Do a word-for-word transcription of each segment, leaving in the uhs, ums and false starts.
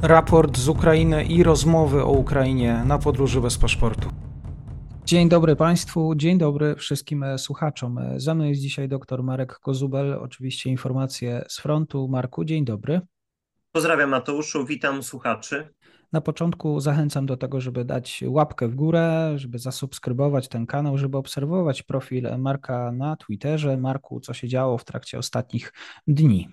Raport z Ukrainy i rozmowy o Ukrainie na podróży bez paszportu. Dzień dobry Państwu, dzień dobry wszystkim słuchaczom. Ze mną jest dzisiaj dr Marek Kozubel, oczywiście informacje z frontu. Marku, dzień dobry. Pozdrawiam Mateuszu, witam słuchaczy. Na początku zachęcam do tego, żeby dać łapkę w górę, żeby zasubskrybować ten kanał, żeby obserwować profil Marka na Twitterze. Marku, co się działo w trakcie ostatnich dni?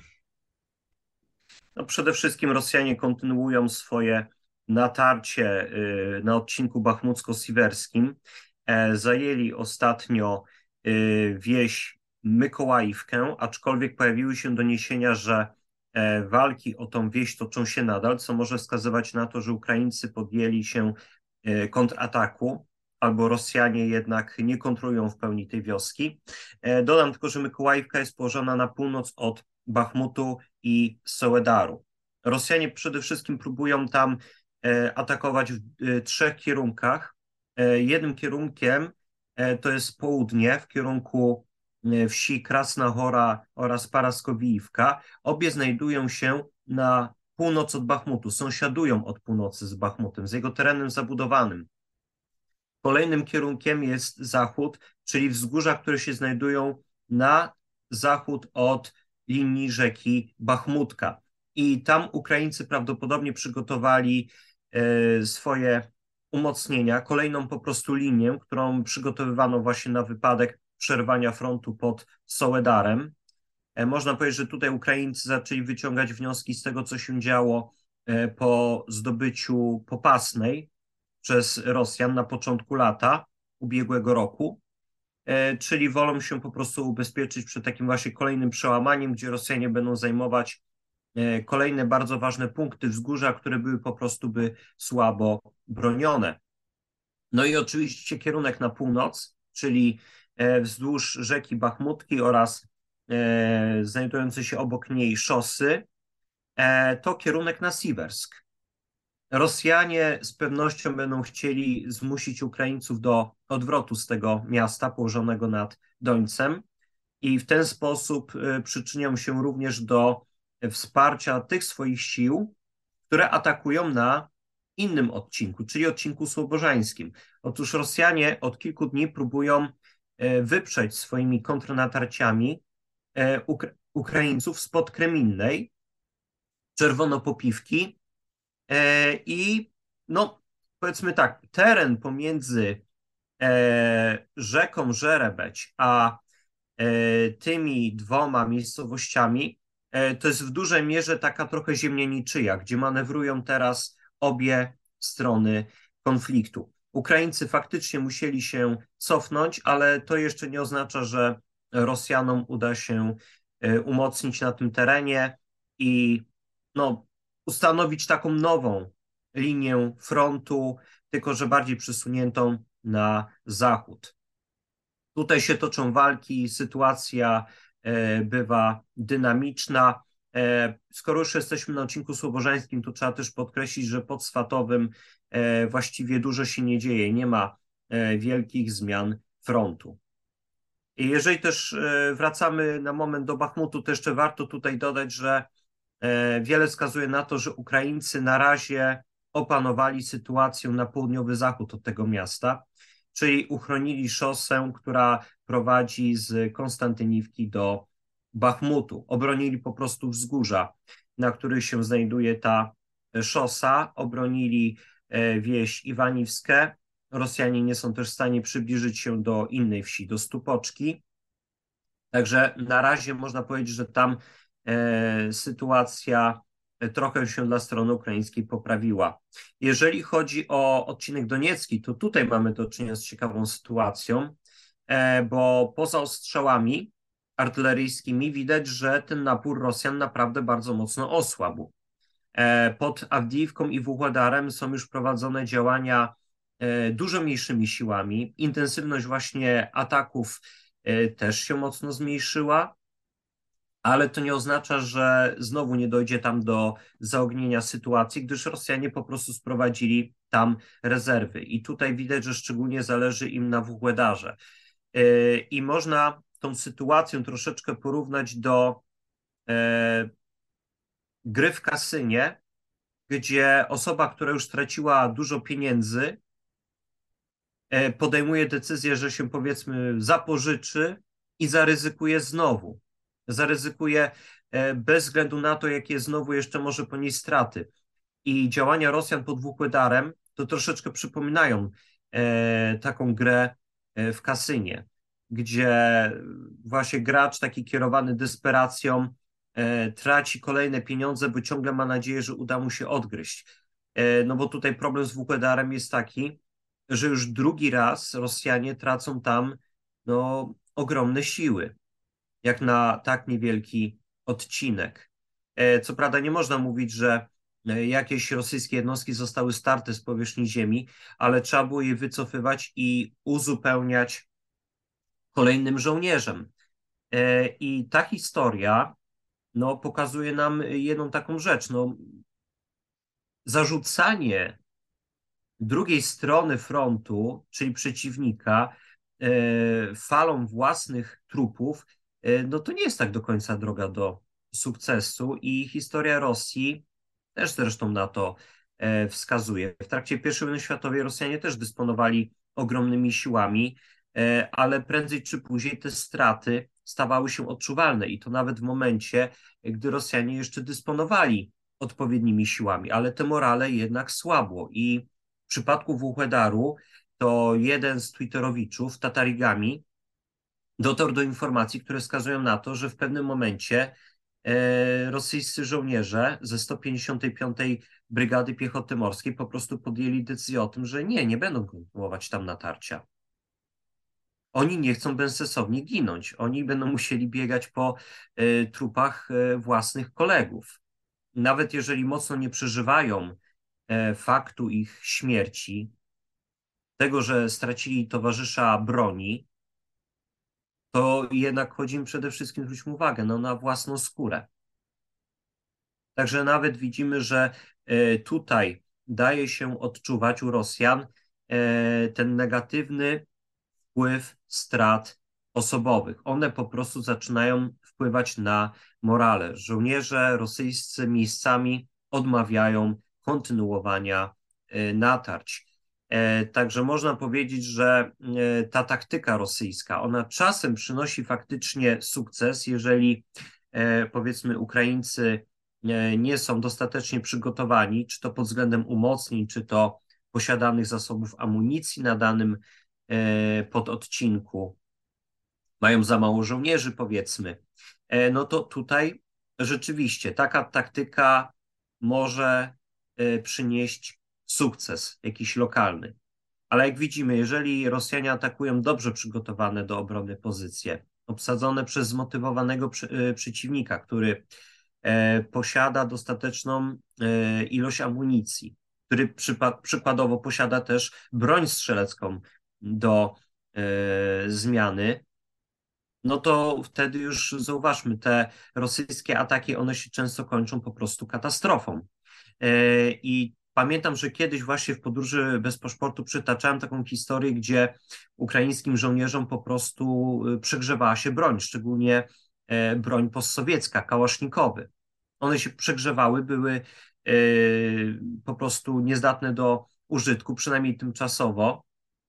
No, przede wszystkim Rosjanie kontynuują swoje natarcie y, na odcinku bachmucko-siwerskim. E, Zajęli ostatnio y, wieś Mykołajówkę, aczkolwiek pojawiły się doniesienia, że e, walki o tą wieś toczą się nadal, co może wskazywać na to, że Ukraińcy podjęli się e, kontrataku, albo Rosjanie jednak nie kontrolują w pełni tej wioski. E, Dodam tylko, że Mykołajówka jest położona na północ od Bachmutu i Soledaru. Rosjanie przede wszystkim próbują tam e, atakować w e, trzech kierunkach. E, jednym kierunkiem e, to jest południe w kierunku e, wsi Krasna Hora oraz Paraskowijówka. Obie znajdują się na północ od Bachmutu, sąsiadują od północy z Bachmutem, z jego terenem zabudowanym. Kolejnym kierunkiem jest zachód, czyli wzgórza, które się znajdują na zachód od linii rzeki Bachmutka. I tam Ukraińcy prawdopodobnie przygotowali e, swoje umocnienia, kolejną po prostu linię, którą przygotowywano właśnie na wypadek przerwania frontu pod Soledarem. E, można powiedzieć, że tutaj Ukraińcy zaczęli wyciągać wnioski z tego, co się działo e, po zdobyciu Popasnej przez Rosjan na początku lata ubiegłego roku, e, czyli wolą się po prostu ubezpieczyć przed takim właśnie kolejnym przełamaniem, gdzie Rosjanie będą zajmować e, kolejne bardzo ważne punkty wzgórza, które były po prostu by słabo bronione. No i oczywiście kierunek na północ, czyli e, wzdłuż rzeki Bachmutki oraz e, znajdujące się obok niej szosy, e, to kierunek na Siwersk. Rosjanie z pewnością będą chcieli zmusić Ukraińców do odwrotu z tego miasta położonego nad Dońcem i w ten sposób e, przyczynią się również do wsparcia tych swoich sił, które atakują na innym odcinku, czyli odcinku słowożańskim. Otóż Rosjanie od kilku dni próbują e, wyprzeć swoimi kontrnatarciami e, Ukra- Ukraińców spod Kreminnej, Czerwonopopiwki, E, I no, powiedzmy tak, teren pomiędzy e, rzeką Żerebeć a e, tymi dwoma miejscowościami e, to jest w dużej mierze taka trochę ziemianiczyja, gdzie manewrują teraz obie strony konfliktu. Ukraińcy faktycznie musieli się cofnąć, ale to jeszcze nie oznacza, że Rosjanom uda się e, umocnić na tym terenie i no, ustanowić taką nową linię frontu, tylko że bardziej przesuniętą na zachód. Tutaj się toczą walki, sytuacja e, bywa dynamiczna. E, skoro już jesteśmy na odcinku słowożańskim, to trzeba też podkreślić, że pod Swatowym e, właściwie dużo się nie dzieje, nie ma e, wielkich zmian frontu. I jeżeli też e, wracamy na moment do Bachmutu, to jeszcze warto tutaj dodać, że e, wiele wskazuje na to, że Ukraińcy na razie opanowali sytuację na południowy zachód od tego miasta, czyli uchronili szosę, która prowadzi z Konstantyniwki do Bachmutu. Obronili po prostu wzgórza, na których się znajduje ta szosa, obronili e, wieś Iwaniwskę. Rosjanie nie są też w stanie przybliżyć się do innej wsi, do Stupoczki. Także na razie można powiedzieć, że tam e, sytuacja trochę się dla strony ukraińskiej poprawiła. Jeżeli chodzi o odcinek doniecki, to tutaj mamy do czynienia z ciekawą sytuacją, e, bo poza ostrzałami artyleryjskimi widać, że ten napór Rosjan naprawdę bardzo mocno osłabł. E, pod Awdijiwką i Wuhładarem są już prowadzone działania e, dużo mniejszymi siłami. Intensywność właśnie ataków e, też się mocno zmniejszyła, ale to nie oznacza, że znowu nie dojdzie tam do zaognienia sytuacji, gdyż Rosjanie po prostu sprowadzili tam rezerwy. I tutaj widać, że szczególnie zależy im na Wuhłedarze. E, I można tą sytuację troszeczkę porównać do e, gry w kasynie, gdzie osoba, która już straciła dużo pieniędzy, podejmuje decyzję, że się powiedzmy zapożyczy i zaryzykuje znowu. Zaryzykuje bez względu na to, jakie znowu jeszcze może ponieść straty. I działania Rosjan pod Wuhłedarem to troszeczkę przypominają taką grę w kasynie, gdzie właśnie gracz taki kierowany desperacją traci kolejne pieniądze, bo ciągle ma nadzieję, że uda mu się odgryźć. No bo tutaj problem z Wuhłedarem jest taki, że już drugi raz Rosjanie tracą tam no, ogromne siły, jak na tak niewielki odcinek. Co prawda nie można mówić, że jakieś rosyjskie jednostki zostały starte z powierzchni ziemi, ale trzeba było je wycofywać i uzupełniać kolejnym żołnierzem. I ta historia no, pokazuje nam jedną taką rzecz. No, zarzucanie drugiej strony frontu, czyli przeciwnika, falą własnych trupów, no to nie jest tak do końca droga do sukcesu i historia Rosji też zresztą na to wskazuje. W trakcie pierwszej wojny światowej Rosjanie też dysponowali ogromnymi siłami, ale prędzej czy później te straty stawały się odczuwalne i to nawet w momencie, gdy Rosjanie jeszcze dysponowali odpowiednimi siłami, ale te morale jednak słabło i w przypadku Wuhłedaru to jeden z twitterowiczów, Tatarigami, dotarł do informacji, które wskazują na to, że w pewnym momencie e, rosyjscy żołnierze ze sto pięćdziesiątej piątej Brygady Piechoty Morskiej po prostu podjęli decyzję o tym, że nie, nie będą kontynuować tam natarcia. Oni nie chcą bezsensownie ginąć. Oni będą musieli biegać po e, trupach e, własnych kolegów. Nawet jeżeli mocno nie przeżywają e, faktu ich śmierci, tego, że stracili towarzysza broni, to jednak chodzi im przede wszystkim, zwróćmy uwagę, no, na własną skórę. Także nawet widzimy, że tutaj daje się odczuwać u Rosjan ten negatywny wpływ strat osobowych. One po prostu zaczynają wpływać na morale. Żołnierze rosyjscy miejscami odmawiają kontynuowania natarć. Także można powiedzieć, że ta taktyka rosyjska, ona czasem przynosi faktycznie sukces, jeżeli powiedzmy Ukraińcy nie są dostatecznie przygotowani, czy to pod względem umocnień, czy to posiadanych zasobów amunicji na danym pododcinku, mają za mało żołnierzy, powiedzmy, no to tutaj rzeczywiście taka taktyka może przynieść sukces jakiś lokalny. Ale jak widzimy, jeżeli Rosjanie atakują dobrze przygotowane do obrony pozycje, obsadzone przez zmotywowanego przy, przeciwnika, który e, posiada dostateczną e, ilość amunicji, który przypa- przykładowo posiada też broń strzelecką do e, zmiany, no to wtedy już zauważmy, te rosyjskie ataki, one się często kończą po prostu katastrofą. E, I pamiętam, że kiedyś właśnie w podróży bez paszportu przytaczałem taką historię, gdzie ukraińskim żołnierzom po prostu przegrzewała się broń, szczególnie broń postsowiecka, kałasznikowy. One się przegrzewały, były po prostu niezdatne do użytku, przynajmniej tymczasowo.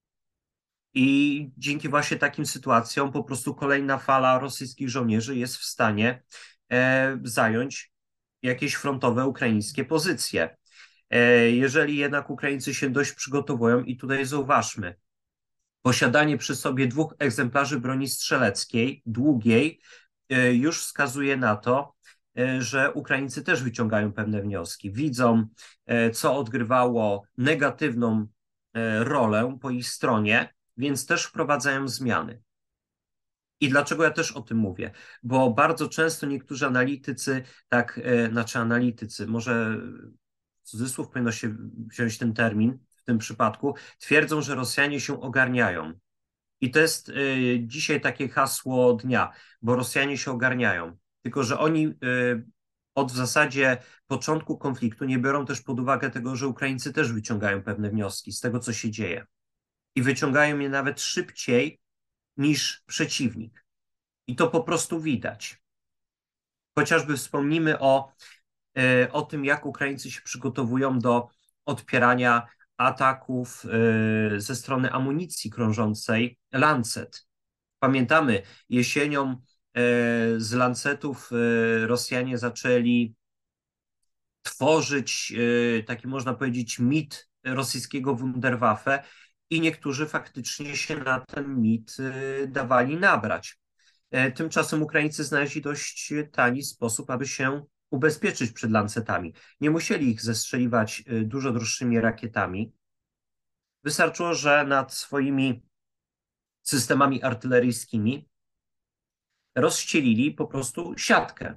I dzięki właśnie takim sytuacjom po prostu kolejna fala rosyjskich żołnierzy jest w stanie zająć jakieś frontowe ukraińskie pozycje. Jeżeli jednak Ukraińcy się dość przygotowują i tutaj zauważmy, posiadanie przy sobie dwóch egzemplarzy broni strzeleckiej, długiej, już wskazuje na to, że Ukraińcy też wyciągają pewne wnioski. Widzą, co odgrywało negatywną rolę po ich stronie, więc też wprowadzają zmiany. I dlaczego ja też o tym mówię? Bo bardzo często niektórzy analitycy, tak, znaczy analitycy, może w cudzysłów powinno się wziąć ten termin w tym przypadku, twierdzą, że Rosjanie się ogarniają. I to jest y, dzisiaj takie hasło dnia, bo Rosjanie się ogarniają. Tylko że oni y, od w zasadzie początku konfliktu nie biorą też pod uwagę tego, że Ukraińcy też wyciągają pewne wnioski z tego, co się dzieje. I wyciągają je nawet szybciej niż przeciwnik. I to po prostu widać. Chociażby wspomnimy o o tym, jak Ukraińcy się przygotowują do odpierania ataków ze strony amunicji krążącej Lancet. Pamiętamy, jesienią z Lancetów Rosjanie zaczęli tworzyć taki, można powiedzieć, mit rosyjskiego Wunderwaffe i niektórzy faktycznie się na ten mit dawali nabrać. Tymczasem Ukraińcy znaleźli dość tani sposób, aby się ubezpieczyć przed Lancetami. Nie musieli ich zestrzeliwać dużo droższymi rakietami. Wystarczyło, że nad swoimi systemami artyleryjskimi rozścielili po prostu siatkę.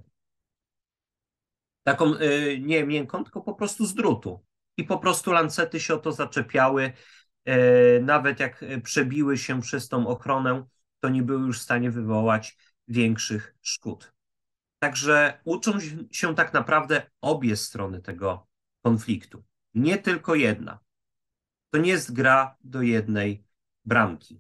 Taką nie miękką, tylko po prostu z drutu. I po prostu Lancety się o to zaczepiały. Nawet jak przebiły się przez tą ochronę, to nie były już w stanie wywołać większych szkód. Także uczą się tak naprawdę obie strony tego konfliktu. Nie tylko jedna. To nie jest gra do jednej bramki.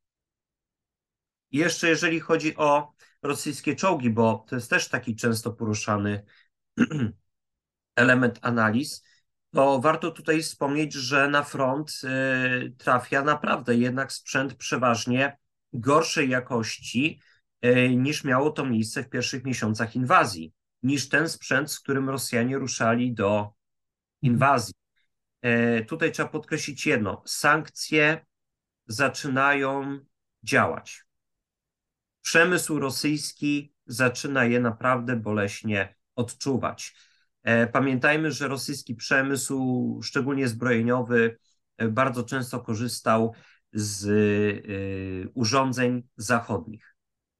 I jeszcze jeżeli chodzi o rosyjskie czołgi, bo to jest też taki często poruszany element analiz, to warto tutaj wspomnieć, że na front trafia naprawdę jednak sprzęt przeważnie gorszej jakości niż miało to miejsce w pierwszych miesiącach inwazji, niż ten sprzęt, z którym Rosjanie ruszali do inwazji. Tutaj trzeba podkreślić jedno, sankcje zaczynają działać. Przemysł rosyjski zaczyna je naprawdę boleśnie odczuwać. Pamiętajmy, że rosyjski przemysł, szczególnie zbrojeniowy, bardzo często korzystał z urządzeń zachodnich.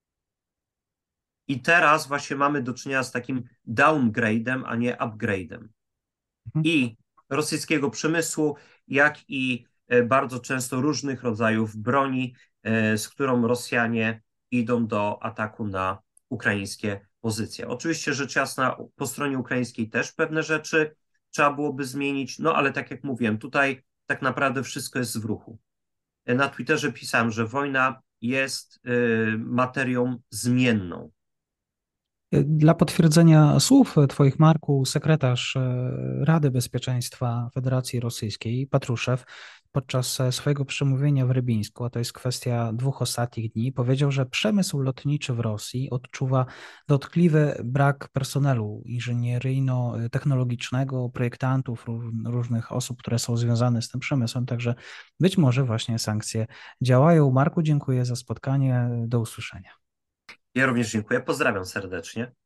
I teraz właśnie mamy do czynienia z takim downgrade'em, a nie upgrade'em. I rosyjskiego przemysłu, jak i bardzo często różnych rodzajów broni, z którą Rosjanie idą do ataku na ukraińskie pozycje. Oczywiście rzecz jasna, po stronie ukraińskiej też pewne rzeczy trzeba byłoby zmienić, no ale tak jak mówiłem, tutaj tak naprawdę wszystko jest w ruchu. Na Twitterze pisałem, że wojna jest materią zmienną. Dla potwierdzenia słów Twoich, Marku, sekretarz Rady Bezpieczeństwa Federacji Rosyjskiej, Patruszew, podczas swojego przemówienia w Rybińsku, a to jest kwestia dwóch ostatnich dni, powiedział, że przemysł lotniczy w Rosji odczuwa dotkliwy brak personelu inżynieryjno-technologicznego, projektantów, różnych osób, które są związane z tym przemysłem, także być może właśnie sankcje działają. Marku, dziękuję za spotkanie, do usłyszenia. Ja również dziękuję, pozdrawiam serdecznie.